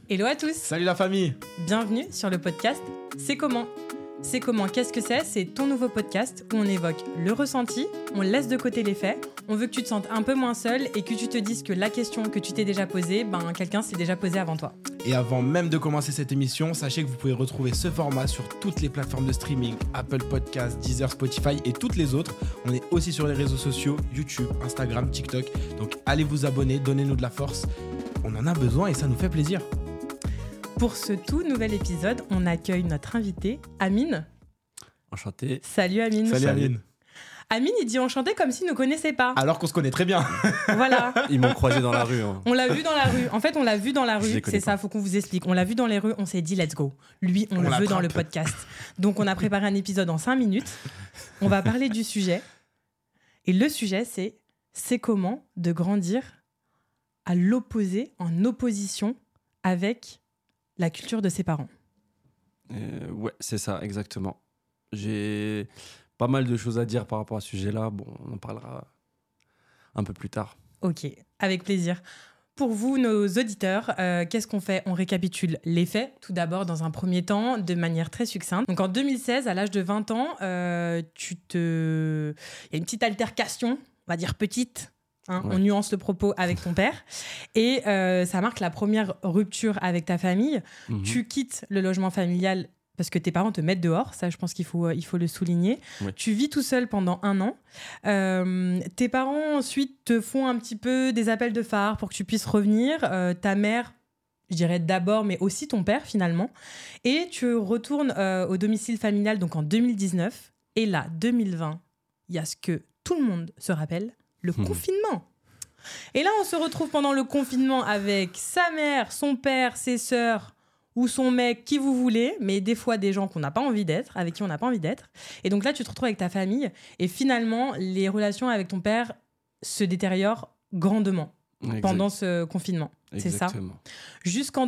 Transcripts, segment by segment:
Hello à tous. Salut la famille. Bienvenue sur le podcast C'est comment ? C'est comment, qu'est-ce que c'est ? C'est ton nouveau podcast où on évoque le ressenti, on laisse de côté les faits, on veut que tu te sentes un peu moins seul et que tu te dises que la question que tu t'es déjà posée, quelqu'un s'est déjà posée avant toi. Et avant même de commencer cette émission, sachez que vous pouvez retrouver ce format sur toutes les plateformes de streaming, Apple Podcasts, Deezer, Spotify et toutes les autres. On est aussi sur les réseaux sociaux, YouTube, Instagram, TikTok. Donc allez vous abonner, donnez-nous de la force. On en a besoin et ça nous fait plaisir. Pour ce tout nouvel épisode, on accueille notre invité, Amine. Enchanté. Salut Amine. Salut Amine. Amine, il dit enchanté comme s'il ne nous connaissait pas. Alors qu'on se connaît très bien. Voilà. Ils m'ont croisé dans la rue. Hein. On l'a vu dans la rue. En fait, on l'a vu dans la rue. C'est ça, pas. faut qu'on vous explique. On l'a vu dans les rues, on s'est dit let's go. Lui, on le veut dans le podcast. Donc, on a préparé un épisode en 5 minutes. On va parler du sujet. Et le sujet, c'est comment de grandir à l'opposé, en opposition avec la culture de ses parents. Ouais, c'est ça, exactement. J'ai pas mal de choses à dire par rapport à ce sujet-là. Bon, on en parlera un peu plus tard. Ok, avec plaisir. Pour vous, nos auditeurs, qu'est-ce qu'on fait ? On récapitule les faits, tout d'abord, dans un premier temps, de manière très succincte. Donc, en 2016, à l'âge de 20 ans, il y a une petite altercation, on va dire petite, hein, ouais. On nuance le propos avec ton père. Et ça marque la première rupture avec ta famille. Mmh. Tu quittes le logement familial parce que tes parents te mettent dehors. Ça, je pense qu'il faut le souligner. Ouais. Tu vis tout seul pendant 1 an. Tes parents, ensuite, te font un petit peu des appels de phare pour que tu puisses revenir. Ta mère, je dirais d'abord, mais aussi ton père, finalement. Et tu retournes au domicile familial donc en 2019. Et là, 2020, il y a ce que tout le monde se rappelle, le confinement. Et là, on se retrouve pendant le confinement avec sa mère, son père, ses sœurs ou son mec, qui vous voulez, mais des fois des gens qu'on n'a pas envie d'être, avec qui on n'a pas envie d'être. Et donc là, tu te retrouves avec ta famille et finalement, les relations avec ton père se détériorent grandement pendant ce confinement. Exactement. C'est ça. Jusqu'en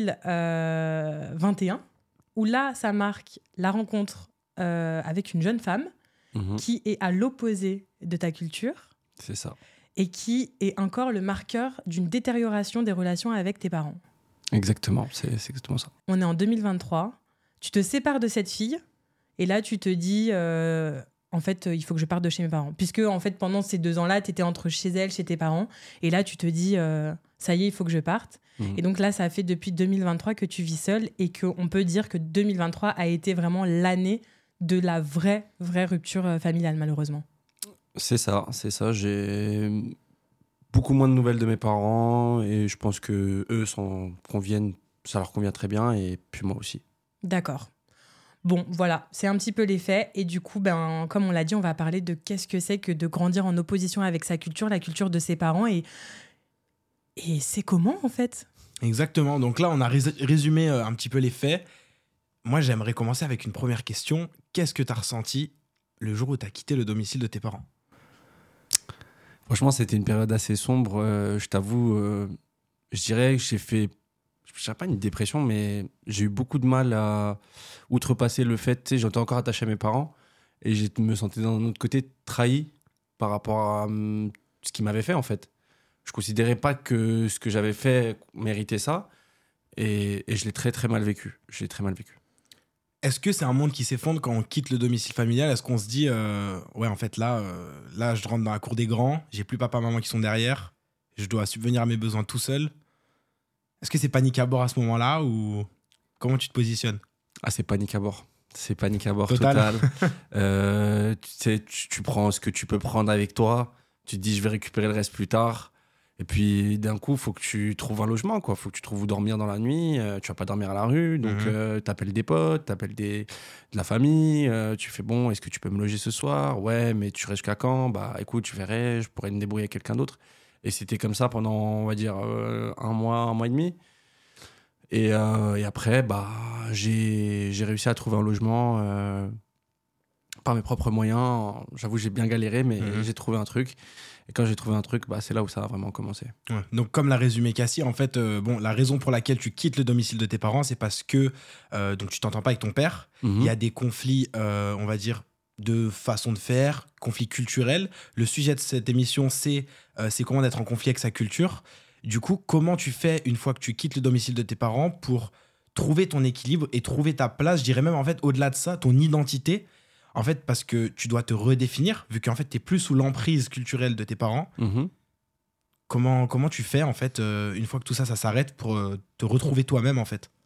2021, où là, ça marque la rencontre avec une jeune femme qui est à l'opposé de ta culture. C'est ça. Et qui est encore le marqueur d'une détérioration des relations avec tes parents. Exactement, c'est exactement ça. On est en 2023, tu te sépares de cette fille, et là tu te dis, en fait, il faut que je parte de chez mes parents. Puisque en fait, pendant ces 2 ans-là, tu étais entre chez elle, chez tes parents, et là tu te dis, ça y est, il faut que je parte. Et donc là, ça fait depuis 2023 que tu vis seule, et qu'on peut dire que 2023 a été vraiment l'année de la vraie rupture familiale, malheureusement. C'est ça. J'ai beaucoup moins de nouvelles de mes parents et je pense que eux ça leur convient très bien et puis moi aussi. D'accord. Bon, voilà, c'est un petit peu les faits et du coup, comme on l'a dit, on va parler de qu'est-ce que c'est que de grandir en opposition avec sa culture, la culture de ses parents et c'est comment en fait ? Exactement. Donc là, on a résumé un petit peu les faits. Moi, j'aimerais commencer avec une première question. Qu'est-ce que tu as ressenti le jour où tu as quitté le domicile de tes parents ? Franchement, c'était une période assez sombre. Je t'avoue, je dirais que j'ai fait, je dirais pas une dépression, mais j'ai eu beaucoup de mal à outrepasser le fait, tu sais, j'étais encore attaché à mes parents et je me sentais d'un autre côté trahi par rapport à ce qu'ils m'avaient fait en fait. Je considérais pas que ce que j'avais fait méritait ça et je l'ai très très mal vécu. Est-ce que c'est un monde qui s'effondre quand on quitte le domicile familial ? Est-ce qu'on se dit, ouais, en fait, là, je rentre dans la cour des grands, j'ai plus papa, maman qui sont derrière, je dois subvenir à mes besoins tout seul. Est-ce que c'est panique à bord à ce moment-là ou comment tu te positionnes ? Ah, c'est panique à bord. C'est panique à bord total. Tu sais, tu prends ce que tu peux prendre avec toi, tu te dis, je vais récupérer le reste plus tard. Et puis, d'un coup, il faut que tu trouves un logement, quoi. Faut que tu trouves où dormir dans la nuit. Tu vas pas dormir à la rue. Donc, t'appelles des potes, t'appelles de la famille. Tu fais, bon, est-ce que tu peux me loger ce soir ? Ouais, mais tu restes jusqu'à quand ? Bah, écoute, je verrai. Je pourrais me débrouiller avec quelqu'un d'autre. Et c'était comme ça pendant, on va dire, 1 mois et demi. Et après, j'ai réussi à trouver un logement par mes propres moyens. J'avoue, j'ai bien galéré, mais j'ai trouvé un truc. Et quand j'ai trouvé un truc, c'est là où ça a vraiment commencé. Ouais. Donc, comme l'a résumé Cassie, en fait, la raison pour laquelle tu quittes le domicile de tes parents, c'est parce que donc tu t'entends pas avec ton père. Il y a des conflits, on va dire, de façon de faire, conflits culturels. Le sujet de cette émission, c'est comment d'être en conflit avec sa culture. Du coup, comment tu fais une fois que tu quittes le domicile de tes parents pour trouver ton équilibre et trouver ta place, je dirais même en fait au-delà de ça, ton identité, en fait parce que tu dois te redéfinir, vu qu'en fait tu es plus sous l'emprise culturelle de tes parents. Mhm. Comment tu fais en fait une fois que tout ça s'arrête pour te retrouver toi-même en fait?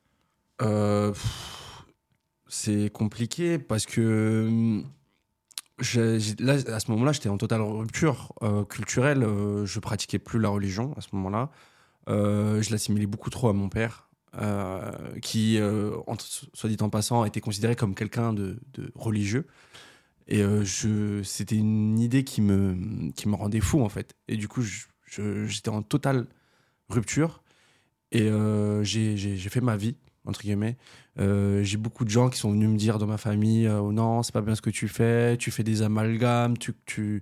C'est compliqué parce que là, à ce moment-là, j'étais en totale rupture culturelle. Je pratiquais plus la religion à ce moment-là. Je l'assimilais beaucoup trop à mon père, qui, soit dit en passant, était considéré comme quelqu'un de religieux. Et c'était une idée qui me rendait fou, en fait. Et du coup, j'étais en totale rupture. Et j'ai fait ma vie, entre guillemets. J'ai beaucoup de gens qui sont venus me dire dans ma famille oh non, c'est pas bien ce que tu fais des amalgames, tu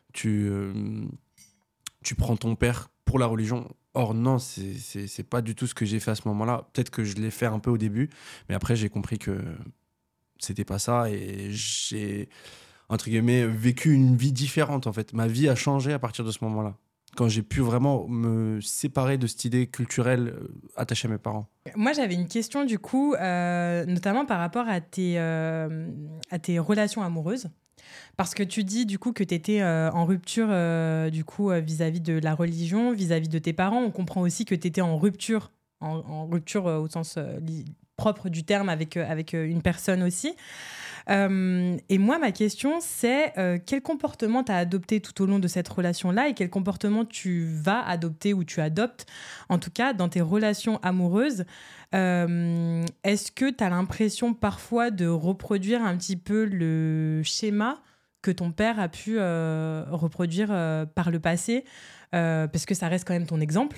prends ton père pour la religion. Or non, c'est pas du tout ce que j'ai fait à ce moment-là. Peut-être que je l'ai fait un peu au début, mais après j'ai compris que c'était pas ça et j'ai, entre guillemets, vécu une vie différente en fait. Ma vie a changé à partir de ce moment-là, quand j'ai pu vraiment me séparer de cette idée culturelle attachée à mes parents. Moi, j'avais une question du coup, notamment par rapport à tes relations amoureuses. Parce que tu dis du coup que tu étais en rupture du coup, vis-à-vis de la religion, vis-à-vis de tes parents. On comprend aussi que tu étais en rupture, en rupture au sens propre du terme avec une personne aussi. Et moi, ma question, c'est quel comportement tu as adopté tout au long de cette relation-là et quel comportement tu vas adopter ou tu adoptes, en tout cas, dans tes relations amoureuses. Est-ce que tu as l'impression parfois de reproduire un petit peu le schéma que ton père a pu reproduire par le passé, parce que ça reste quand même ton exemple.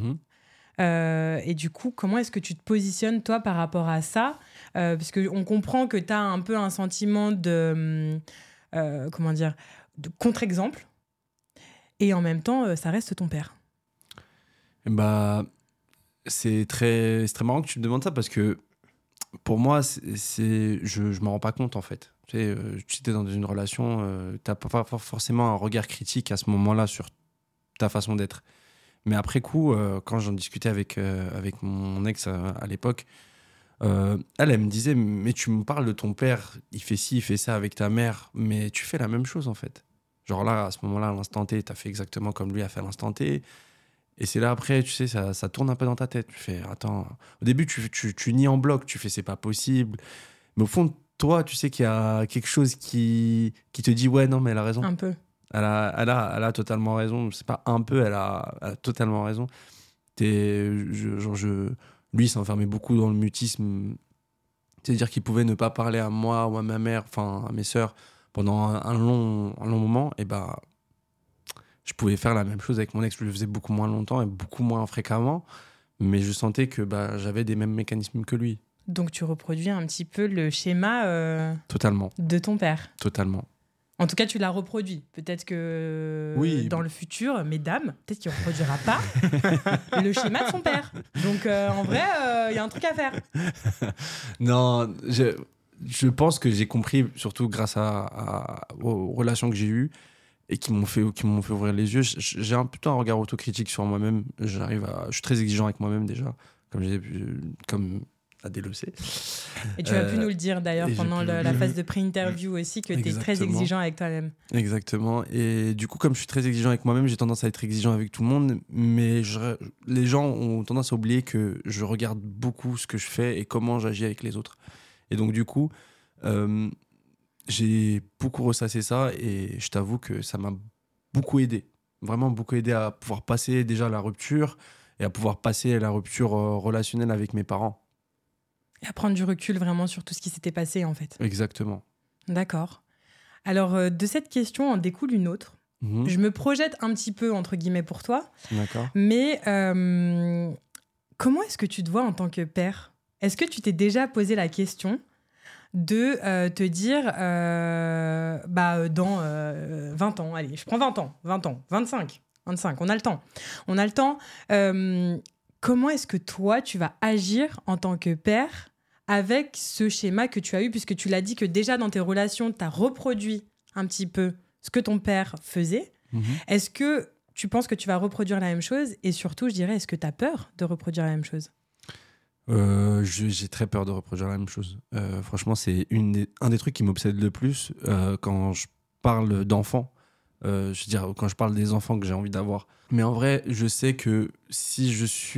Et du coup, comment est-ce que tu te positionnes, toi, par rapport à ça ? Parce qu'on comprend que tu as un peu un sentiment de contre-exemple. Et en même temps, ça reste ton père. Bah, c'est très marrant que tu me demandes ça parce que pour moi, je m'en rends pas compte en fait. Tu sais, tu étais dans une relation, tu n'as pas forcément un regard critique à ce moment-là sur ta façon d'être. Mais après coup, quand j'en discutais avec mon ex à l'époque, elle me disait mais tu me parles de ton père, il fait ci, il fait ça avec ta mère, mais tu fais la même chose en fait. Genre là, à ce moment-là, à l'instant T, t'as fait exactement comme lui a fait à l'instant T. Et c'est là après, tu sais, ça tourne un peu dans ta tête. Tu fais, attends, au début, tu nies en bloc, tu fais, c'est pas possible. Mais au fond de toi, tu sais qu'il y a quelque chose qui te dit, ouais, non, mais elle a raison. Un peu. Elle a totalement raison. C'est pas un peu, elle a totalement raison. Lui, il s'enfermait beaucoup dans le mutisme. C'est-à-dire qu'il pouvait ne pas parler à moi ou à ma mère, enfin à mes sœurs, pendant un long moment. Et bah, je pouvais faire la même chose avec mon ex. Je le faisais beaucoup moins longtemps et beaucoup moins fréquemment. Mais je sentais que j'avais des mêmes mécanismes que lui. Donc tu reproduis un petit peu le schéma Totalement. de ton père. Totalement. En tout cas, tu l'as reproduit. Peut-être que oui, dans le futur, mesdames, peut-être qu'il ne reproduira pas le schéma de son père. Donc, en vrai, il y a un truc à faire. Non, je pense que j'ai compris, surtout grâce aux relations que j'ai eues et qui m'ont fait ouvrir les yeux. J'ai plutôt un regard autocritique sur moi-même. Je suis très exigeant avec moi-même déjà, comme Adèle le sait. Et tu as pu nous le dire d'ailleurs pendant la phase de pré-interview aussi, que tu es très exigeant avec toi-même. Exactement. Et du coup, comme je suis très exigeant avec moi-même, j'ai tendance à être exigeant avec tout le monde. Mais les gens ont tendance à oublier que je regarde beaucoup ce que je fais et comment j'agis avec les autres. Et donc, du coup, j'ai beaucoup ressassé ça et je t'avoue que ça m'a beaucoup aidé. Vraiment beaucoup aidé à pouvoir passer déjà la rupture et à pouvoir passer la rupture relationnelle avec mes parents. Et à prendre du recul vraiment sur tout ce qui s'était passé, en fait. Exactement. D'accord. Alors, de cette question en découle une autre. Je me projette un petit peu, entre guillemets, pour toi. D'accord. Mais comment est-ce que tu te vois en tant que père ? Est-ce que tu t'es déjà posé la question de te dire, dans 20 ans, allez, je prends 20 ans, 25, on a le temps. Comment est-ce que toi, tu vas agir en tant que père avec ce schéma que tu as eu, puisque tu l'as dit que déjà dans tes relations, tu as reproduit un petit peu ce que ton père faisait. Est-ce que tu penses que tu vas reproduire la même chose? Et surtout, je dirais, est-ce que tu as peur de reproduire la même chose? J'ai très peur de reproduire la même chose. Franchement, c'est un des trucs qui m'obsède le plus quand je parle d'enfants. Je veux dire, quand je parle des enfants que j'ai envie d'avoir. Mais en vrai, je sais que si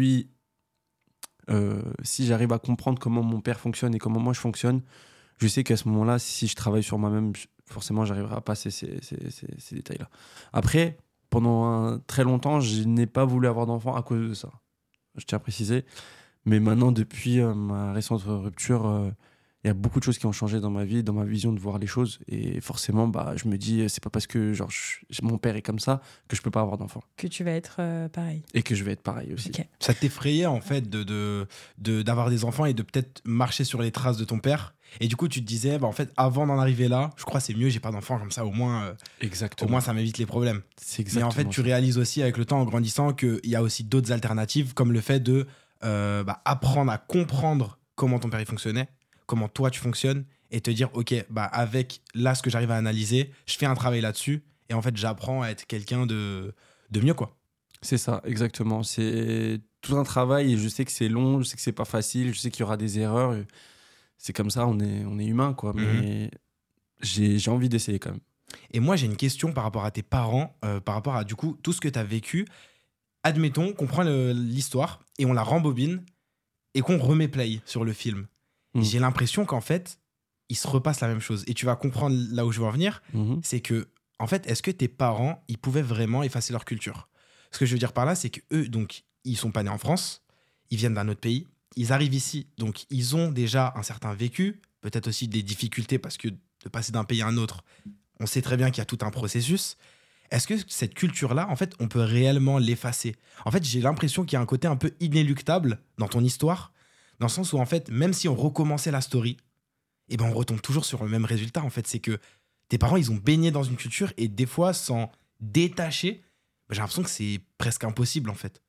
j'arrive à comprendre comment mon père fonctionne et comment moi je fonctionne, je sais qu'à ce moment-là, si je travaille sur moi-même, forcément, j'arriverai à passer ces détails-là. Après, pendant très longtemps, je n'ai pas voulu avoir d'enfant à cause de ça. Je tiens à préciser. Mais maintenant, depuis ma récente rupture, il y a beaucoup de choses qui ont changé dans ma vie, dans ma vision de voir les choses. Et forcément, bah, je me dis, c'est pas parce que genre, mon père est comme ça que je peux pas avoir d'enfant. Que tu vas être pareil. Et que je vais être pareil aussi. Ok. Ça t'effrayait en fait d'avoir des enfants et de peut-être marcher sur les traces de ton père. Et du coup, tu te disais, bah, en fait, avant d'en arriver là, je crois que c'est mieux, j'ai pas d'enfant, comme ça, au moins ça m'évite les problèmes. C'est Mais en fait, tu réalises aussi avec le temps, en grandissant, qu'il y a aussi d'autres alternatives, comme le fait de apprendre à comprendre comment ton père il fonctionnait, comment toi tu fonctionnes, et te dire, ok, bah, avec là ce que j'arrive à analyser, je fais un travail là-dessus, et en fait, j'apprends à être quelqu'un de mieux, quoi. C'est ça, exactement. C'est tout un travail et je sais que c'est long, je sais que c'est pas facile, je sais qu'il y aura des erreurs. C'est comme ça, on est humain, quoi. Mais j'ai envie d'essayer quand même. Et moi, j'ai une question par rapport à tes parents, par rapport à du coup tout ce que tu as vécu. Admettons qu'on prend l'histoire et on la rembobine et qu'on remet play sur le film. J'ai l'impression qu'en fait, il se repasse la même chose. Et tu vas comprendre là où je veux en venir, c'est que, en fait, est-ce que tes parents, ils pouvaient vraiment effacer leur culture? Ce que je veux dire par là, c'est qu'eux, donc, ils sont pas nés en France, ils viennent d'un autre pays, ils arrivent ici, donc ils ont déjà un certain vécu, peut-être aussi des difficultés parce que de passer d'un pays à un autre, on sait très bien qu'il y a tout un processus. Est-ce que cette culture-là, en fait, on peut réellement l'effacer? En fait, j'ai l'impression qu'il y a un côté un peu inéluctable dans ton histoire, dans le sens où, en fait, même si on recommençait la story, eh ben, on retombe toujours sur le même résultat. En fait, c'est que tes parents, ils ont baigné dans une culture et des fois, s'en détacher, j'ai l'impression que c'est presque impossible, en fait.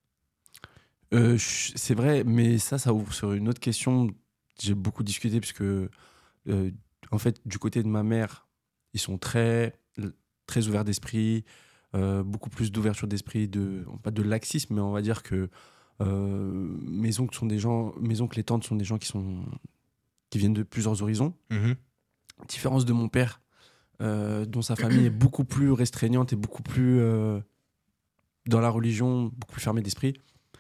C'est vrai, mais ça ouvre sur une autre question. J'ai beaucoup discuté parce que, en fait, du côté de ma mère, ils sont très ouverts d'esprit, beaucoup plus d'ouverture d'esprit, pas de laxisme, mais on va dire que mes oncles et tantes sont des gens qui viennent de plusieurs horizons. Différence de mon père, dont sa famille est beaucoup plus restreignante et beaucoup plus dans la religion, beaucoup plus fermée d'esprit.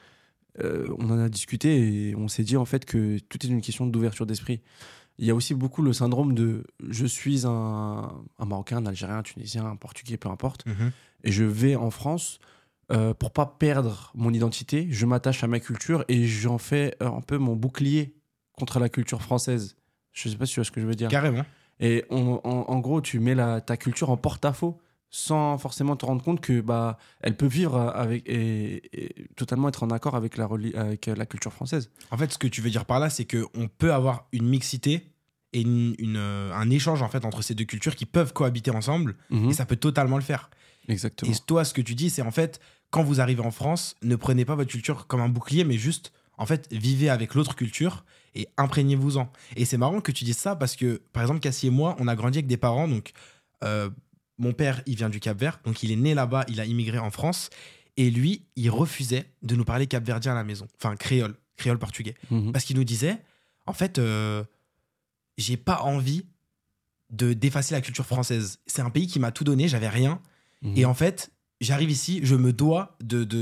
On en a discuté et on s'est dit en fait que tout est une question d'ouverture d'esprit. Il y a aussi beaucoup le syndrome de je suis un Marocain, un Algérien, un Tunisien, un Portugais, peu importe, et je vais en France pour pas perdre mon identité, je m'attache à ma culture et j'en fais un peu mon bouclier contre la culture française. Je sais pas si tu vois ce que je veux dire. Carrément. Et en gros, tu mets ta culture en porte-à-faux sans forcément te rendre compte que bah elle peut vivre avec et totalement être en accord avec la culture française. En fait, ce que tu veux dire par là, c'est qu'on peut avoir une mixité et un échange en fait entre ces deux cultures qui peuvent cohabiter ensemble et ça peut totalement le faire. Exactement. Et toi, ce que tu dis, c'est en fait, quand vous arrivez en France, ne prenez pas votre culture comme un bouclier, mais juste, en fait, vivez avec l'autre culture et imprégnez-vous-en. Et c'est marrant que tu dises ça parce que, par exemple, Cassie et moi, on a grandi avec des parents, donc mon père, il vient du Cap-Vert, donc il est né là-bas, il a immigré en France, et lui, il refusait de nous parler capverdien à la maison, enfin créole portugais, parce qu'il nous disait, en fait, j'ai pas envie d'effacer la culture française. C'est un pays qui m'a tout donné, j'avais rien, et en fait, j'arrive ici, je me dois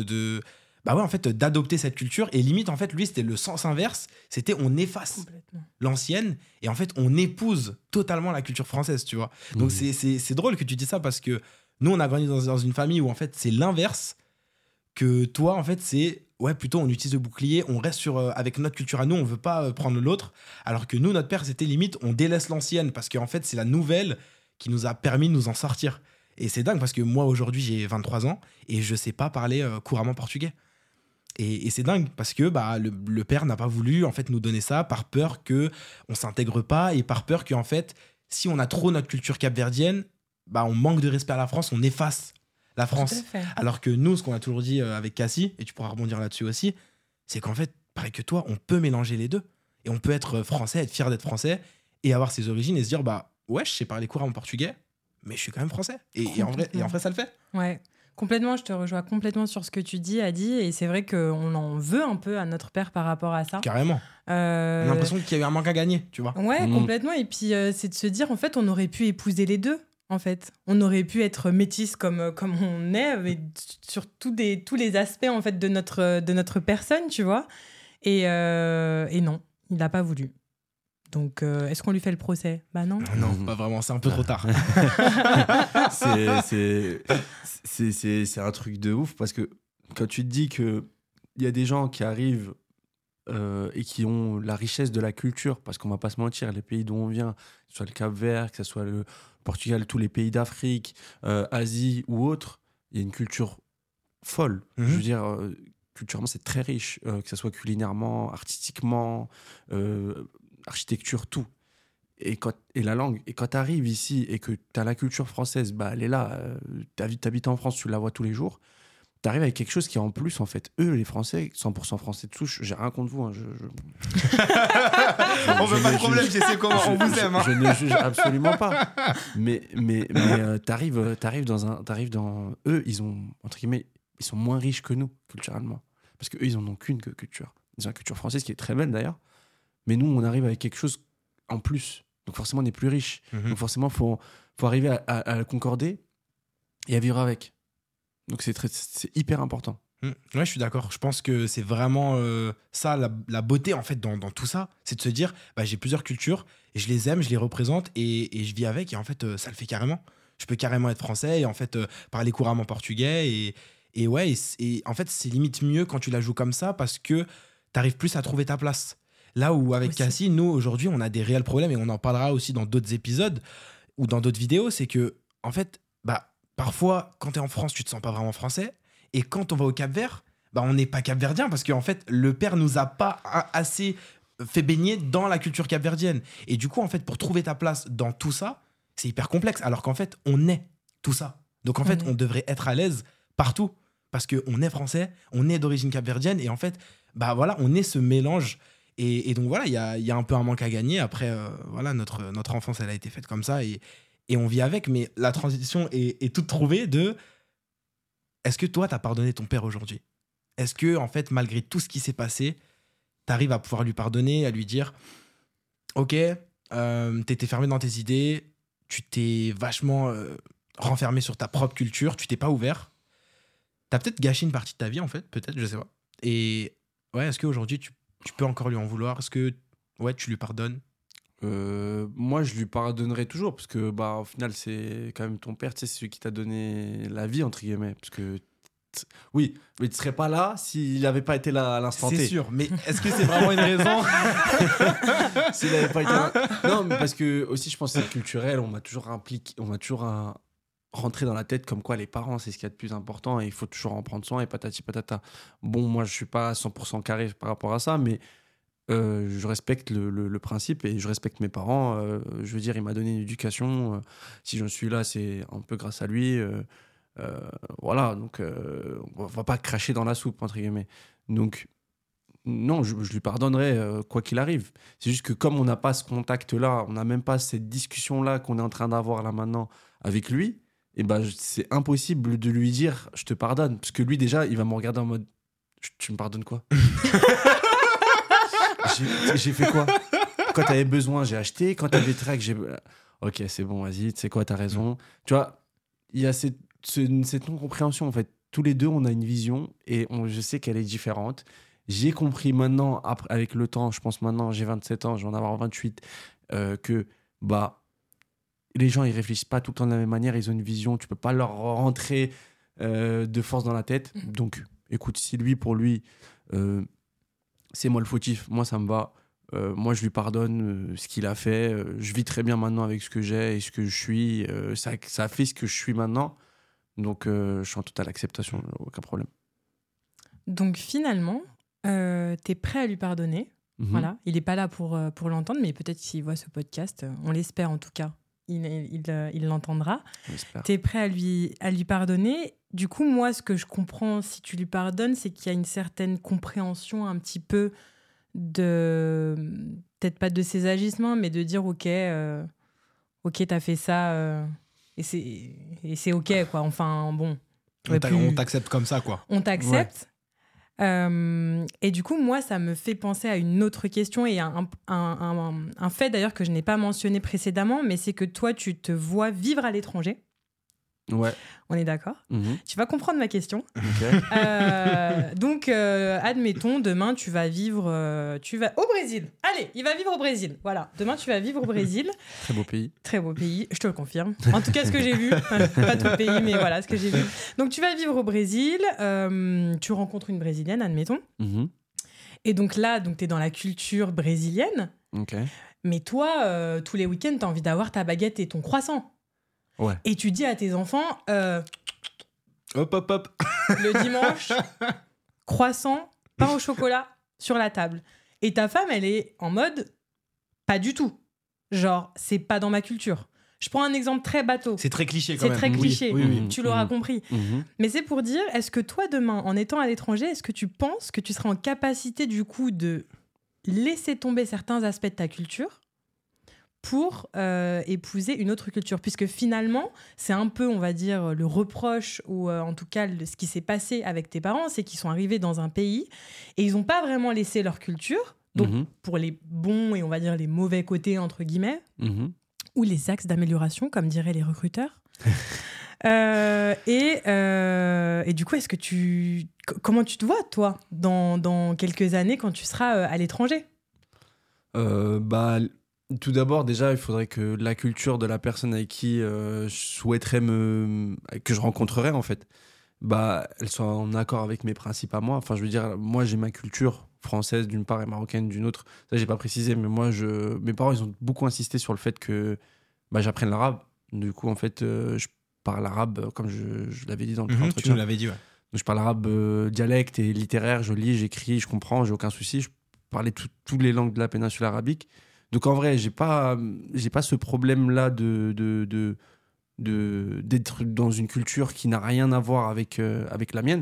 d'adopter cette culture, et limite, en fait, lui, c'était le sens inverse, c'était on efface l'ancienne, et en fait, on épouse totalement la culture française, tu vois. Donc, c'est drôle que tu dis ça, parce que nous, on a grandi dans une famille où, en fait, c'est l'inverse, que toi, en fait, c'est, ouais, plutôt, on utilise le bouclier, on reste avec notre culture à nous, on veut pas prendre l'autre, alors que nous, notre père, c'était limite, on délaisse l'ancienne, parce qu'en fait, c'est la nouvelle qui nous a permis de nous en sortir. Et c'est dingue, parce que moi, aujourd'hui, j'ai 23 ans, et je sais pas parler couramment portugais. Et c'est dingue parce que le père n'a pas voulu en fait nous donner ça par peur que on s'intègre pas et par peur que en fait si on a trop notre culture capverdienne, on manque de respect à la France, on efface la France. Alors que nous, ce qu'on a toujours dit avec Cassie, et tu pourras rebondir là-dessus aussi, c'est qu'en fait, pareil que toi, on peut mélanger les deux et on peut être français, être fier d'être français et avoir ses origines et se dire ouais, je sais parler couramment portugais, mais je suis quand même français. Et en vrai, ça le fait. Ouais. Complètement, je te rejoins complètement sur ce que tu dis, Adi, et c'est vrai qu'on en veut un peu à notre père par rapport à ça. Carrément. On a l'impression qu'il y a eu un manque à gagner, tu vois. Ouais, complètement. Et puis, c'est de se dire, en fait, on aurait pu épouser les deux. En fait, on aurait pu être métis comme on est, mais sur tous les aspects en fait de notre personne, tu vois. Et non, il n'a pas voulu. Donc, est-ce qu'on lui fait le procès ? Bah non. Non, pas vraiment. C'est un peu trop tard. C'est un truc de ouf parce que quand tu te dis que il y a des gens qui arrivent et qui ont la richesse de la culture, parce qu'on va pas se mentir, les pays d'où on vient, que ce soit le Cap-Vert, que ce soit le Portugal, tous les pays d'Afrique, Asie ou autres, il y a une culture folle. Je veux dire, culturellement, c'est très riche, que ce soit culinairement, artistiquement, architecture, tout. Et la langue. Et quand tu arrives ici et que tu as la culture française, bah, elle est là. Tu habites en France, tu la vois tous les jours. Tu arrives avec quelque chose qui est en plus, en fait. Eux, les Français, 100% français de souche, j'ai rien contre vous. Hein, on veut pas de problème, je sais comment on vous aime. Hein. Je ne juge absolument pas. Mais t'arrives dans... Eux, ils ont, entre guillemets, ils sont moins riches que nous, culturellement. Parce qu'eux, ils en ont qu'une culture. Ils ont une culture française qui est très belle, d'ailleurs. Mais nous, on arrive avec quelque chose en plus. Donc forcément, on est plus riche. Donc forcément, faut arriver à le concorder et à vivre avec. Donc c'est hyper important. Ouais, je suis d'accord. Je pense que c'est vraiment ça, la beauté en fait dans tout ça. C'est de se dire, bah, j'ai plusieurs cultures et je les aime, je les représente et je vis avec. Et en fait, ça le fait carrément. Je peux carrément être français et en fait parler couramment portugais. Et ouais, et en fait, c'est limite mieux quand tu la joues comme ça parce que t'arrives plus à trouver ta place. Là où avec Cassie, nous aujourd'hui, on a des réels problèmes et on en parlera aussi dans d'autres épisodes ou dans d'autres vidéos. C'est que en fait, bah, parfois, quand t'es en France, tu te sens pas vraiment français. Et quand on va au Cap-Vert, bah, on n'est pas capverdien parce qu'en fait, le père nous a pas assez fait baigner dans la culture capverdienne. Et du coup, en fait, pour trouver ta place dans tout ça, c'est hyper complexe. Alors qu'en fait, on est tout ça. Donc en fait, on devrait être à l'aise partout parce qu'on est français, on est d'origine capverdienne et en fait, bah voilà, on est ce mélange. Et donc voilà, il y a un peu un manque à gagner. Après, voilà, notre enfance, elle a été faite comme ça et on vit avec. Mais la transition est toute trouvée de... Est-ce que toi, t'as pardonné ton père aujourd'hui ? Est-ce que, en fait, malgré tout ce qui s'est passé, t'arrives à pouvoir lui pardonner, à lui dire « Ok, t'étais fermé dans tes idées, tu t'es vachement renfermé sur ta propre culture, tu t'es pas ouvert. T'as peut-être gâché une partie de ta vie, en fait, peut-être, je sais pas. Et ouais, est-ce qu'aujourd'hui, tu peux encore lui en vouloir ? Est-ce que ouais, tu lui pardonnes ? Moi, je lui pardonnerai toujours parce que, bah, au final, c'est quand même ton père, tu sais, c'est celui qui t'a donné la vie, entre guillemets. Parce que, oui, mais tu serais pas là s'il n'avait pas été là à l'instant T. C'est sûr, mais est-ce que c'est vraiment une raison ? S'il n'avait pas été là. Non, mais parce que, aussi, je pense que c'est culturel. On m'a toujours rentré dans la tête comme quoi les parents, c'est ce qu'il y a de plus important et il faut toujours en prendre soin et patati patata. Bon, moi, je suis pas 100% carré par rapport à ça, mais. Je respecte le principe et je respecte mes parents. Je veux dire, il m'a donné une éducation. Si j'en suis là, c'est un peu grâce à lui. Voilà, donc on va pas cracher dans la soupe, entre guillemets. Donc, non, je lui pardonnerai quoi qu'il arrive. C'est juste que comme on n'a pas ce contact-là, on n'a même pas cette discussion-là qu'on est en train d'avoir là maintenant avec lui, et ben, c'est impossible de lui dire « je te pardonne ». Parce que lui, déjà, il va me regarder en mode « tu me pardonnes quoi ?» J'ai fait quoi ? Quand t'avais besoin, j'ai acheté. Quand t'avais track, j'ai... Ok, c'est bon, vas-y, tu sais quoi, t'as raison. Tu vois, il y a cette non-compréhension, en fait. Tous les deux, on a une vision et je sais qu'elle est différente. J'ai compris maintenant, avec le temps, je pense maintenant, j'ai 27 ans, je vais en avoir 28, que bah, les gens, ils réfléchissent pas tout le temps de la même manière, ils ont une vision, tu peux pas leur rentrer de force dans la tête. Donc, écoute, si lui, pour lui... c'est moi le fautif, moi ça me va, moi je lui pardonne ce qu'il a fait, je vis très bien maintenant avec ce que j'ai et ce que je suis, ça a fait ce que je suis maintenant, donc je suis en totale acceptation, aucun problème. Donc finalement, t'es prêt à lui pardonner, voilà. Il n'est pas là pour l'entendre, mais peut-être s'il voit ce podcast, on l'espère en tout cas, il l'entendra. T'es prêt à lui pardonner. Du coup, moi, ce que je comprends, si tu lui pardonnes, c'est qu'il y a une certaine compréhension un petit peu peut-être pas de ses agissements, mais de dire ok, t'as fait ça et c'est ok, quoi. Enfin, bon, On t'accepte comme ça, quoi. On t'accepte. Et du coup, moi, ça me fait penser à une autre question et à un fait d'ailleurs que je n'ai pas mentionné précédemment, mais c'est que toi, tu te vois vivre à l'étranger. Ouais. On est d'accord. Tu vas comprendre ma question. Ok. Donc, admettons, demain, tu vas au Brésil. Allez, il va vivre au Brésil. Voilà, demain, tu vas vivre au Brésil. Très beau pays. Très beau pays, je te le confirme. En tout cas, ce que j'ai vu. Pas tout le pays, mais voilà, ce que j'ai vu. Donc, tu vas vivre au Brésil. Tu rencontres une Brésilienne, admettons. Et donc là, tu es dans la culture brésilienne. Ok. Mais toi, tous les week-ends, tu as envie d'avoir ta baguette et ton croissant. Ouais. Et tu dis à tes enfants... Hop, hop, hop. Le dimanche, croissant, pain au chocolat sur la table. Et ta femme, elle est en mode pas du tout. Genre, c'est pas dans ma culture. Je prends un exemple très bateau. C'est très cliché quand même. C'est très cliché, Oui. tu l'auras compris. Mais c'est pour dire, est-ce que toi, demain, en étant à l'étranger, est-ce que tu penses que tu seras en capacité, du coup, de laisser tomber certains aspects de ta culture pour épouser une autre culture, puisque finalement, c'est un peu, on va dire, le reproche, ou en tout cas, ce qui s'est passé avec tes parents, c'est qu'ils sont arrivés dans un pays et ils n'ont pas vraiment laissé leur culture, donc pour les bons et on va dire les mauvais côtés, entre guillemets, ou les axes d'amélioration, comme diraient les recruteurs. Et du coup, comment tu te vois, toi, dans quelques années, quand tu seras à l'étranger ? Tout d'abord, déjà, il faudrait que la culture de la personne avec qui je souhaiterais que je rencontrerais, en fait, elle soit en accord avec mes principes à moi. Enfin, je veux dire, moi, j'ai ma culture française d'une part et marocaine d'une autre. Ça, j'ai pas précisé, mais moi, mes parents, ils ont beaucoup insisté sur le fait que j'apprenne l'arabe. Du coup, en fait, je parle arabe, comme je l'avais dit dans le entretien. Tu nous l'avais dit, ouais. Donc, je parle arabe dialecte et littéraire, je lis, j'écris, je comprends, j'ai aucun souci. Je parlais toutes les langues de la péninsule arabique. Donc en vrai, j'ai pas ce problème-là d'être dans une culture qui n'a rien à voir avec la mienne.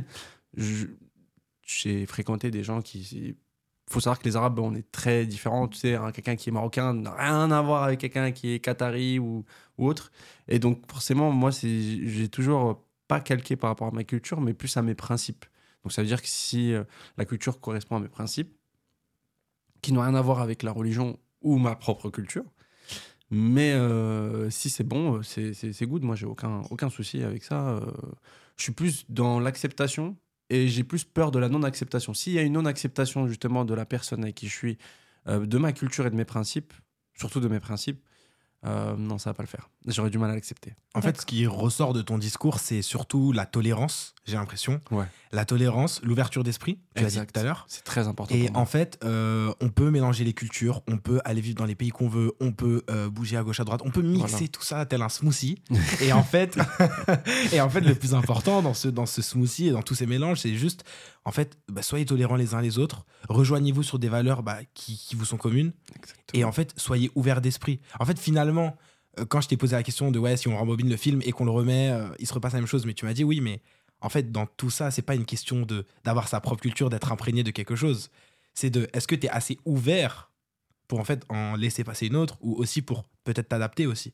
J'ai fréquenté des gens qui... faut savoir que les Arabes, on est très différents. Tu sais, quelqu'un qui est marocain n'a rien à voir avec quelqu'un qui est qatari ou autre. Et donc forcément, moi, j'ai toujours pas calqué par rapport à ma culture, mais plus à mes principes. Donc ça veut dire que si la culture correspond à mes principes, qui n'ont rien à voir avec la religion ou ma propre culture. Mais si c'est bon, c'est good. Moi, j'ai aucun souci avec ça. Je suis plus dans l'acceptation et j'ai plus peur de la non-acceptation. S'il y a une non-acceptation, justement, de la personne avec qui je suis, de ma culture et de mes principes, surtout de mes principes, non, ça va pas le faire. J'aurais du mal à l'accepter. En fait, ce qui ressort de ton discours, c'est surtout la tolérance, j'ai l'impression. Ouais. La tolérance, l'ouverture d'esprit, tu l'as dit tout à l'heure. C'est très important. Et pour moi. en fait, on peut mélanger les cultures, on peut aller vivre dans les pays qu'on veut, on peut bouger à gauche, à droite, on peut mixer tout ça tel un smoothie. et en fait, le plus important dans ce smoothie et dans tous ces mélanges, c'est juste, en fait, soyez tolérants les uns les autres, rejoignez-vous sur des valeurs qui vous sont communes. Exactement. Et en fait, soyez ouverts d'esprit. En fait, finalement, quand je t'ai posé la question de si on rembobine le film et qu'on le remet, il se repasse la même chose, mais tu m'as dit oui, mais en fait, dans tout ça, c'est pas une question d'avoir sa propre culture, d'être imprégné de quelque chose. C'est est-ce que tu es assez ouvert pour en fait en laisser passer une autre ou aussi pour peut-être t'adapter aussi.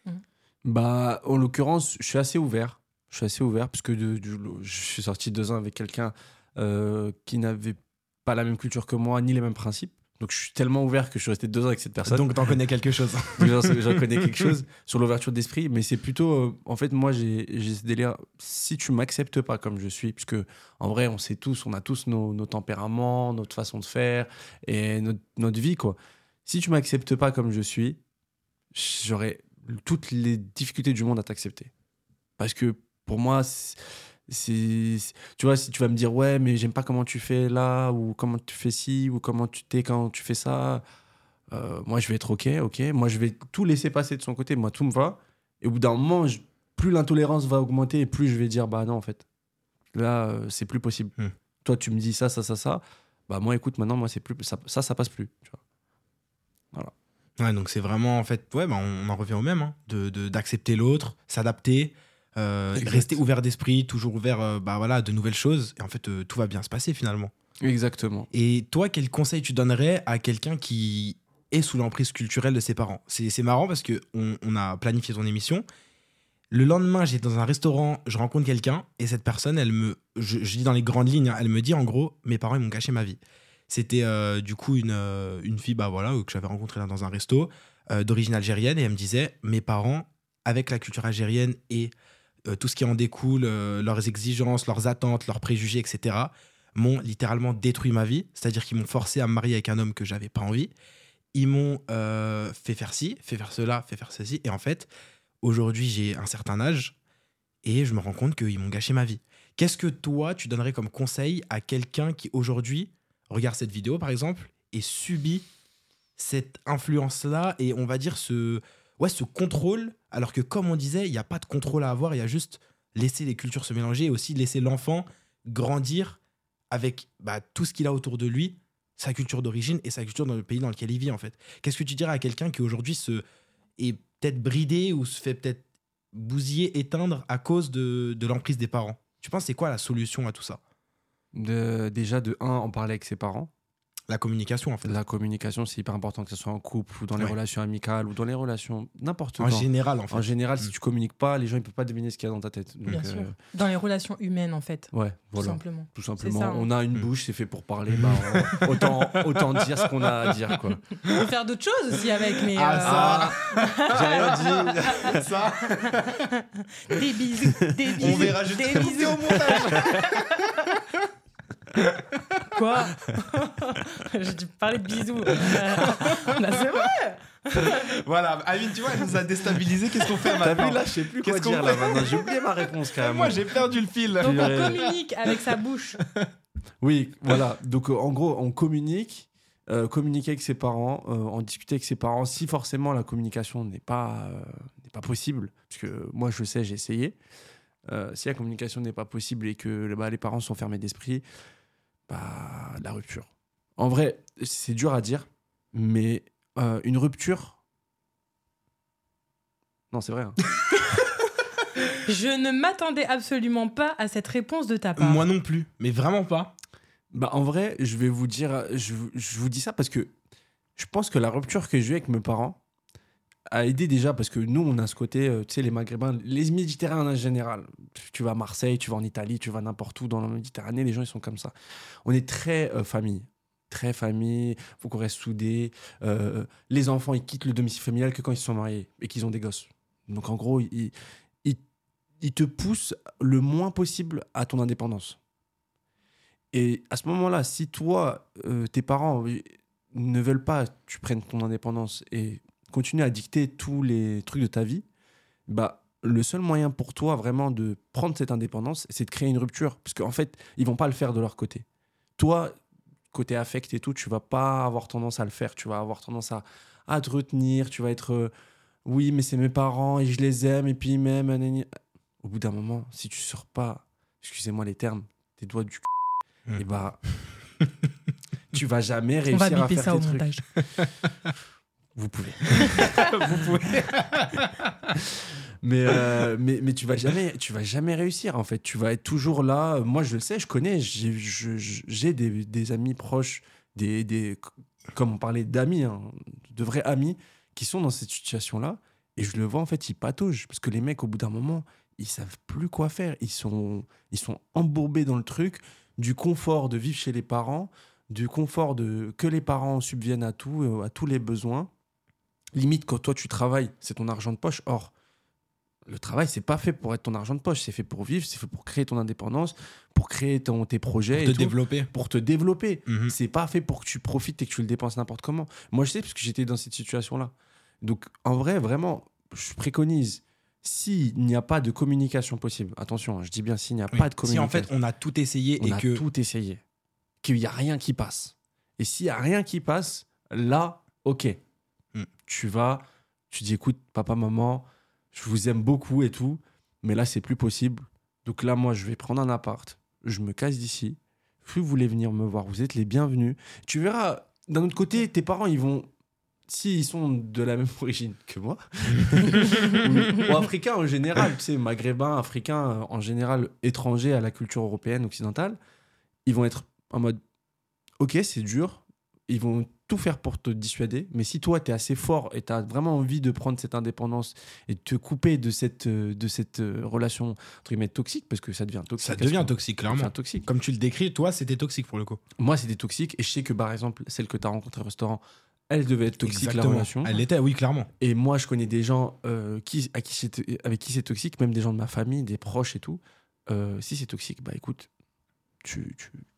En l'occurrence, je suis assez ouvert. Parce que je suis sorti 2 ans avec quelqu'un qui n'avait pas la même culture que moi, ni les mêmes principes. Donc je suis tellement ouvert que je suis resté 2 ans avec cette personne. Donc t'en connais quelque chose. J'en connais quelque chose sur l'ouverture d'esprit, mais c'est plutôt... en fait, moi, j'ai ce délire. Si tu m'acceptes pas comme je suis, puisque en vrai, on a tous nos tempéraments, notre façon de faire et notre vie, quoi. Si tu m'acceptes pas comme je suis, j'aurai toutes les difficultés du monde à t'accepter. Parce que pour moi... tu vois, si tu vas me dire ouais mais j'aime pas comment tu fais là ou comment tu fais ci ou comment tu t'es quand tu fais ça, moi je vais être ok, moi je vais tout laisser passer de son côté, moi tout me va, et au bout d'un moment plus l'intolérance va augmenter et plus je vais dire bah non en fait là c'est plus possible. Toi tu me dis ça, bah moi écoute maintenant moi c'est plus ça passe plus, tu vois. Voilà. Ouais, donc c'est vraiment en fait on en revient au même d'accepter l'autre, s'adapter. Rester ouvert d'esprit, toujours ouvert de nouvelles choses, et en fait tout va bien se passer finalement. Exactement. Et toi, quel conseil tu donnerais à quelqu'un qui est sous l'emprise culturelle de ses parents ? C'est marrant parce qu'on a planifié ton émission. Le lendemain, j'étais dans un restaurant, je rencontre quelqu'un et cette personne, je dis dans les grandes lignes, hein, elle me dit en gros, mes parents, ils m'ont gâché ma vie. C'était du coup une fille bah, voilà, que j'avais rencontrée là, dans un resto d'origine algérienne et elle me disait, mes parents, avec la culture algérienne et tout ce qui en découle, leurs exigences, leurs attentes, leurs préjugés, etc., m'ont littéralement détruit ma vie. C'est-à-dire qu'ils m'ont forcé à me marier avec un homme que j'avais pas envie. Ils m'ont fait faire ci, fait faire cela, fait faire ceci. Et en fait, aujourd'hui, j'ai un certain âge et je me rends compte qu'ils m'ont gâché ma vie. Qu'est-ce que toi, tu donnerais comme conseil à quelqu'un qui aujourd'hui regarde cette vidéo, par exemple, et subit cette influence-là et on va dire ce contrôle, alors que comme on disait, il n'y a pas de contrôle à avoir, il y a juste laisser les cultures se mélanger et aussi laisser l'enfant grandir avec tout ce qu'il a autour de lui, sa culture d'origine et sa culture dans le pays dans lequel il vit en fait. Qu'est-ce que tu dirais à quelqu'un qui aujourd'hui est peut-être bridé ou se fait peut-être bousiller, éteindre à cause de l'emprise des parents? Tu penses c'est quoi la solution à tout ça? Déjà, de un, en parler avec ses parents. La communication en fait. La communication, c'est hyper important, que ce soit en couple ou dans les relations amicales ou dans les relations n'importe quoi. En général en fait. En général, si tu communiques pas, les gens ils peuvent pas deviner ce qu'il y a dans ta tête. Donc, Bien sûr. Dans les relations humaines en fait. Ouais, voilà. Tout simplement. Ça, hein. On a une bouche, c'est fait pour parler. Autant dire ce qu'on a à dire quoi. On peut faire d'autres choses aussi avec, mais. J'ai rien dit. Ça. Des bisous. On verra juste des bisous au montage. Quoi? J'ai dû parler de bisous. C'est vrai. Voilà, Amine, tu vois, elle nous a déstabilisé. Qu'est-ce qu'on fait maintenant? T'as vu là, je sais plus quoi dire là maintenant. J'ai oublié ma réponse carrément. Moi, j'ai perdu le fil. Donc on communique avec sa bouche. Oui, voilà. Donc en gros, on communique. Communiquer avec ses parents, en discuter avec ses parents, si forcément la communication n'est pas possible, parce que moi je sais, j'ai essayé. Si la communication n'est pas possible et que les parents sont fermés d'esprit, la rupture. En vrai, c'est dur à dire, mais une rupture... Non, c'est vrai. Hein. Je ne m'attendais absolument pas à cette réponse de ta part. Moi non plus, mais vraiment pas. En vrai, je vais vous dire, je vous dis ça parce que je pense que la rupture que j'ai eue avec mes parents a aidé déjà, parce que nous, on a ce côté, tu sais, les Maghrébins, les Méditerranéens en général. Tu vas à Marseille, tu vas en Italie, tu vas n'importe où dans la Méditerranée, les gens, ils sont comme ça. On est très famille. Très famille, faut qu'on reste soudés. Les enfants, ils quittent le domicile familial que quand ils se sont mariés et qu'ils ont des gosses. Donc, en gros, ils te poussent le moins possible à ton indépendance. Et à ce moment-là, si toi, tes parents ne veulent pas que tu prennes ton indépendance et continuent à dicter tous les trucs de ta vie, le seul moyen pour toi vraiment de prendre cette indépendance, c'est de créer une rupture. Parce qu'en fait, ils vont pas le faire de leur côté. Toi, côté affect et tout, tu vas pas avoir tendance à le faire. Tu vas avoir tendance à te retenir. Tu vas être oui, mais c'est mes parents et je les aime et puis ils m'aiment. Au bout d'un moment, si tu sors pas, excusez-moi les termes, tes doigts du et tu vas jamais réussir à faire ça tes au trucs. montage. Vous pouvez. Vous pouvez. mais tu vas jamais réussir en fait. Tu vas être toujours là. Moi je le sais, je connais. J'ai des amis proches, comme on parlait d'amis, hein, de vrais amis qui sont dans cette situation-là. Et je le vois en fait, ils pataugent parce que les mecs au bout d'un moment, ils savent plus quoi faire. Ils sont embourbés dans le truc. Du confort de vivre chez les parents, du confort que les parents subviennent à tout, à tous les besoins. Limite, quand toi, tu travailles, c'est ton argent de poche. Or, le travail, c'est pas fait pour être ton argent de poche. C'est fait pour vivre, c'est fait pour créer ton indépendance, pour créer tes projets. Pour te développer. Mm-hmm. C'est pas fait pour que tu profites et que tu le dépenses n'importe comment. Moi, je sais parce que j'étais dans cette situation-là. Donc, en vrai, vraiment, je préconise... S'il n'y a pas de communication possible, attention, je dis bien s'il n'y a pas de communication. Si en fait on a tout essayé qu'il n'y a rien qui passe. Et s'il n'y a rien qui passe, là, ok. Tu dis écoute, papa, maman, je vous aime beaucoup et tout, mais là, c'est plus possible. Donc là, moi, je vais prendre un appart, je me casse d'ici. Si vous voulez venir me voir, vous êtes les bienvenus. Tu verras, d'un autre côté, tes parents, ils vont... S'ils sont de la même origine que moi, ou africains en général, tu sais, maghrébins, africains en général, étrangers à la culture européenne, occidentale, ils vont être en mode ok, c'est dur. Ils vont tout faire pour te dissuader. Mais si toi, tu es assez fort et tu as vraiment envie de prendre cette indépendance et de te couper de cette relation entre guillemets toxique, parce que ça devient toxique. Ça devient toxique, clairement. Ça devient toxique. Comme tu le décris, toi, c'était toxique pour le coup. Moi, c'était toxique. Et je sais que, par exemple, celle que tu as rencontrée au restaurant, elle devait être toxique, Exactement. la relation. Elle l'était, oui, clairement. Et moi, je connais des gens avec qui c'est toxique, même des gens de ma famille, des proches et tout. Si c'est toxique, bah écoute, tu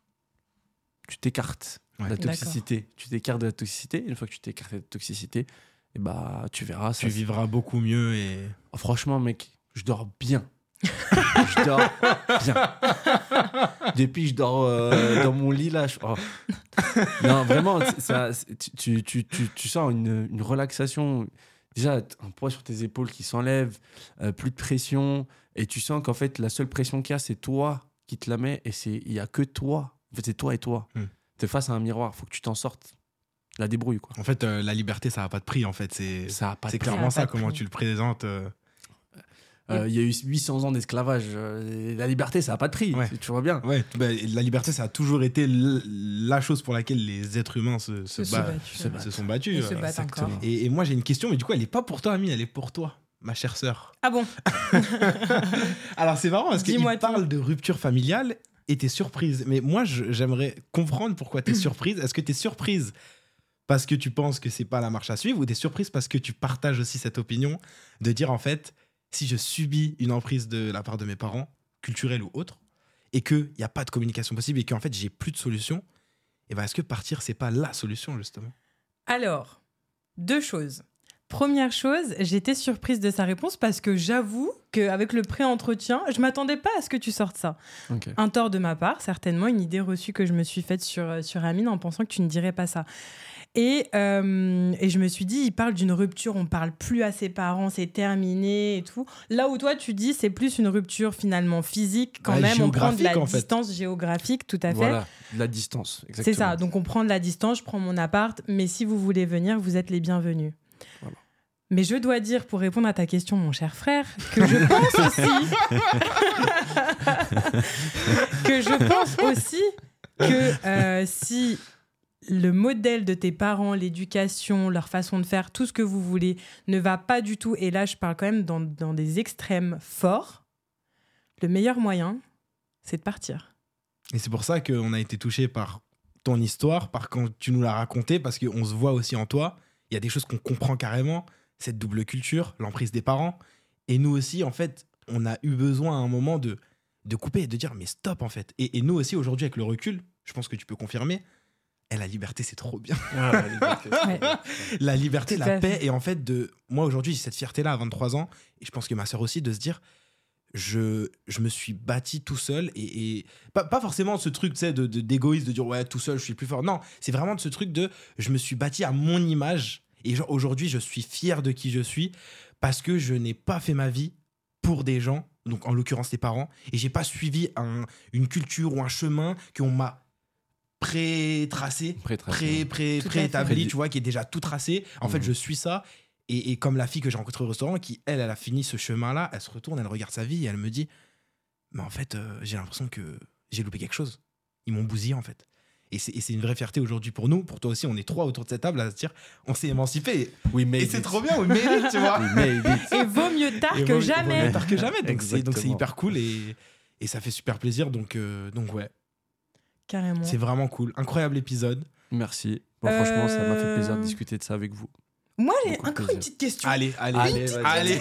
t'écartes de la toxicité. Tu t'écartes de la toxicité. Une fois que tu t'écartes de la toxicité, et bah, tu verras. Tu vivras beaucoup mieux. Et Oh, franchement, mec, je dors bien. Je dors bien. Depuis, je dors dans mon lit là. Non, vraiment, tu sens une relaxation. Déjà, un poids sur tes épaules qui s'enlève, plus de pression. Et tu sens qu'en fait, la seule pression qu'il y a, c'est toi qui te la mets. Et il n'y a que toi. En fait, c'est toi et toi. T'es face à un miroir. Il faut que tu t'en sortes. La débrouille, quoi. En fait, la liberté, ça n'a pas de prix. En fait, c'est clairement ça, comment tu le présentes. Il y a eu 800 ans d'esclavage. La liberté, ça n'a pas de prix. Ouais. Tu vois bien. Ouais, la liberté, ça a toujours été la chose pour laquelle les êtres humains se sont battus. Ils se battent encore. Et moi, j'ai une question, mais du coup, elle n'est pas pour toi, Amine, elle est pour toi, ma chère sœur. Ah bon? Alors, c'est marrant parce qu'il Dis-moi parle de rupture familiale et t'es surprise. Mais moi, j'aimerais comprendre pourquoi t'es surprise. Est-ce que t'es surprise parce que tu penses que c'est pas la marche à suivre ou t'es surprise parce que tu partages aussi cette opinion de dire, en fait, si je subis une emprise de la part de mes parents, culturelle ou autre, et qu'il n'y a pas de communication possible et qu'en fait, j'ai plus de solution, et ben est-ce que partir, c'est pas la solution, justement? Alors, 2 choses. Première chose, j'étais surprise de sa réponse parce que j'avoue qu'avec le pré-entretien, je m'attendais pas à ce que tu sortes ça. Okay. Un tort de ma part, certainement, une idée reçue que je me suis faite sur Amine en pensant que tu ne dirais pas ça. Et je me suis dit, il parle d'une rupture, on parle plus à ses parents, c'est terminé et tout. Là où toi, tu dis, c'est plus une rupture finalement physique quand même. On prend de la distance géographique, tout à fait. Voilà, de la distance, exactement. C'est ça, donc on prend de la distance, je prends mon appart, mais si vous voulez venir, vous êtes les bienvenus. Voilà. Mais je dois dire, pour répondre à ta question, mon cher frère, que je pense aussi que si le modèle de tes parents, l'éducation, leur façon de faire, tout ce que vous voulez, ne va pas du tout, et là je parle quand même dans des extrêmes forts, le meilleur moyen, c'est de partir. Et c'est pour ça qu'on a été touché par ton histoire, par quand tu nous l'as raconté, parce qu'on se voit aussi en toi. Il y a des choses qu'on comprend carrément, cette double culture, l'emprise des parents. Et nous aussi, en fait, on a eu besoin à un moment de couper et de dire, mais stop, en fait. Et nous aussi, aujourd'hui, avec le recul, je pense que tu peux confirmer, la liberté, c'est trop bien. La liberté, ouais. La liberté, la paix. Et en fait, moi, aujourd'hui, j'ai cette fierté-là à 23 ans. Et je pense que ma sœur aussi, de se dire, je me suis bâti tout seul. Et pas forcément ce truc, tu sais, d'égoïsme, de dire, ouais, tout seul, je suis plus fort. Non, c'est vraiment de ce truc de, je me suis bâti à mon image. Et genre, aujourd'hui, je suis fier de qui je suis parce que je n'ai pas fait ma vie pour des gens, donc en l'occurrence les parents, et j'ai pas suivi une culture ou un chemin qu'on m'a préétabli, tu vois, qui est déjà tout tracé. En fait, je suis ça. Et comme la fille que j'ai rencontrée au restaurant, qui, elle a fini ce chemin-là, elle se retourne, elle regarde sa vie et elle me dit, mais en fait, j'ai l'impression que j'ai loupé quelque chose. Ils m'ont bousillé, en fait. Et c'est une vraie fierté aujourd'hui pour nous. Pour toi aussi, on est 3 autour de cette table à se dire, on s'est émancipé. Et c'est trop bien, on mérite, tu vois. Et vaut mieux tard que jamais. Vaut mieux tard que jamais. Donc c'est hyper cool et ça fait super plaisir. Donc ouais. Carrément. C'est vraiment cool. Incroyable épisode. Merci. Bon, franchement, ça m'a fait plaisir de discuter de ça avec vous. Moi, j'ai encore une petite question. Allez, balance.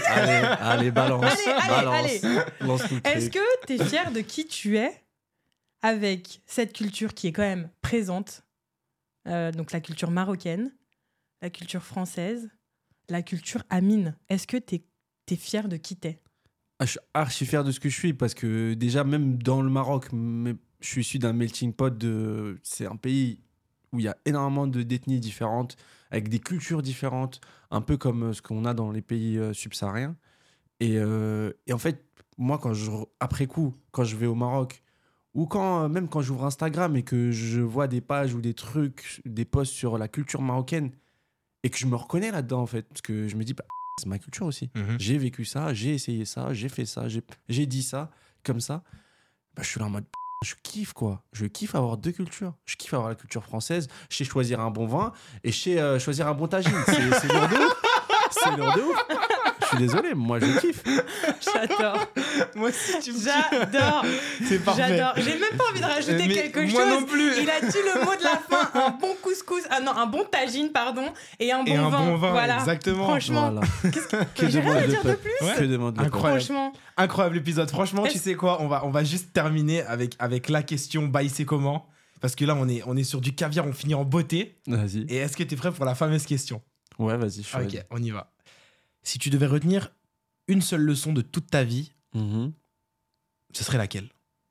Allez. Est-ce que tu es fier de qui tu es avec cette culture qui est quand même présente, donc la culture marocaine, la culture française, la culture Amine? Est-ce que tu es fier de qui t'es? Je suis archi fier de ce que je suis parce que déjà, même dans le Maroc, je suis issu d'un melting pot c'est un pays où il y a énormément d'ethnies différentes, avec des cultures différentes, un peu comme ce qu'on a dans les pays subsahariens. Et en fait, moi, après coup, quand je vais au Maroc, ou même quand j'ouvre Instagram et que je vois des pages ou des trucs, des posts sur la culture marocaine, et que je me reconnais là-dedans, en fait, parce que je me dis, c'est ma culture aussi. J'ai vécu ça, j'ai essayé ça, j'ai fait ça, j'ai dit ça, comme ça. Je suis là en mode, Je kiffe quoi. Je kiffe avoir 2 cultures. Je kiffe avoir la culture française. Je sais choisir un bon vin et je sais choisir un bon tagine. C'est lourd de ouf. C'est lourd de ouf. Je suis désolé, moi je kiffe. J'adore. Moi aussi, tu me dis. J'adore. C'est parfait. J'adore. J'ai même pas envie de rajouter Mais quelque moi chose. non plus. Il a dit le mot de la fin. Un bon couscous. Ah non, un bon tagine, pardon. Et un bon vin. Bon vin, voilà. exactement. Franchement. Voilà. Qu'est-ce que j'ai rien à dire de plus. Ouais. Que demande le Incroyable. Franchement. Incroyable épisode. Franchement, tu sais quoi, on va juste terminer avec la question Baï, c'est comment? Parce que là, on est sur du caviar, on finit en beauté. Vas-y. Et est-ce que tu es prêt pour la fameuse question? Ouais, vas-y, je suis Ok, ready. on y va. Si tu devais retenir une seule leçon de toute ta vie, ce serait laquelle?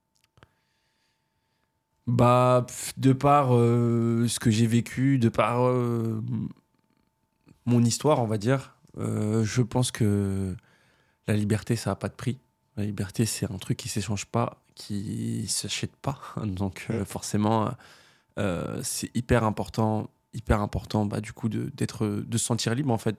Bah, de par ce que j'ai vécu, de par mon histoire, on va dire, je pense que la liberté, ça n'a pas de prix. La liberté, c'est un truc qui ne s'échange pas, qui ne s'achète pas. Donc, forcément, c'est hyper important bah, du coup, de se sentir libre, en fait.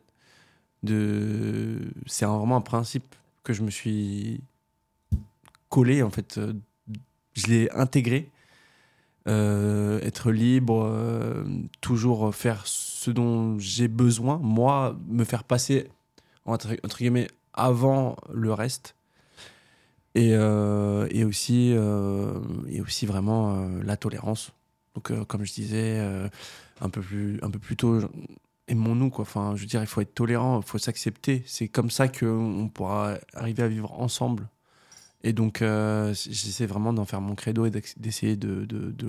C'est vraiment un principe que je me suis collé, en fait. Je l'ai intégré. Être libre, toujours faire ce dont j'ai besoin, moi, me faire passer entre guillemets avant le reste, et aussi vraiment la tolérance. Donc comme je disais un peu plus tôt, aimons-nous quoi. Enfin, je veux dire, il faut être tolérant, il faut s'accepter. C'est comme ça qu'on pourra arriver à vivre ensemble. Et donc, j'essaie vraiment d'en faire mon credo et d'essayer de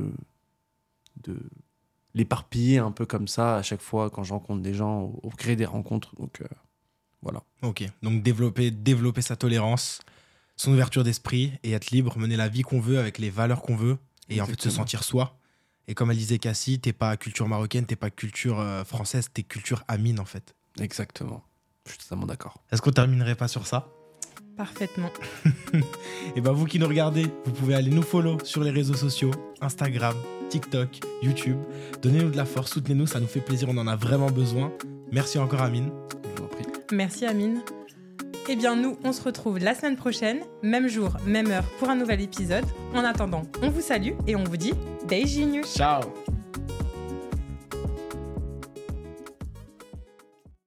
l'éparpiller un peu comme ça à chaque fois quand je rencontre des gens, au gré des rencontres. Donc, voilà. Ok, donc développer sa tolérance, son ouverture d'esprit et être libre, mener la vie qu'on veut avec les valeurs qu'on veut et en fait se sentir soi. Et comme elle disait Cassie, t'es pas culture marocaine, t'es pas culture française, t'es culture amine en fait. Exactement. Je suis totalement d'accord. Est-ce qu'on terminerait pas sur ça? Parfaitement. Et bah vous qui nous regardez, vous pouvez aller nous follow sur les réseaux sociaux, Instagram, TikTok, YouTube. Donnez-nous de la force, soutenez-nous, ça nous fait plaisir, on en a vraiment besoin. Merci encore Amine. Je vous en prie. Merci Amine. Eh bien nous, on se retrouve la semaine prochaine, même jour, même heure pour un nouvel épisode. En attendant, on vous salue et on vous dit beijinhos. Ciao.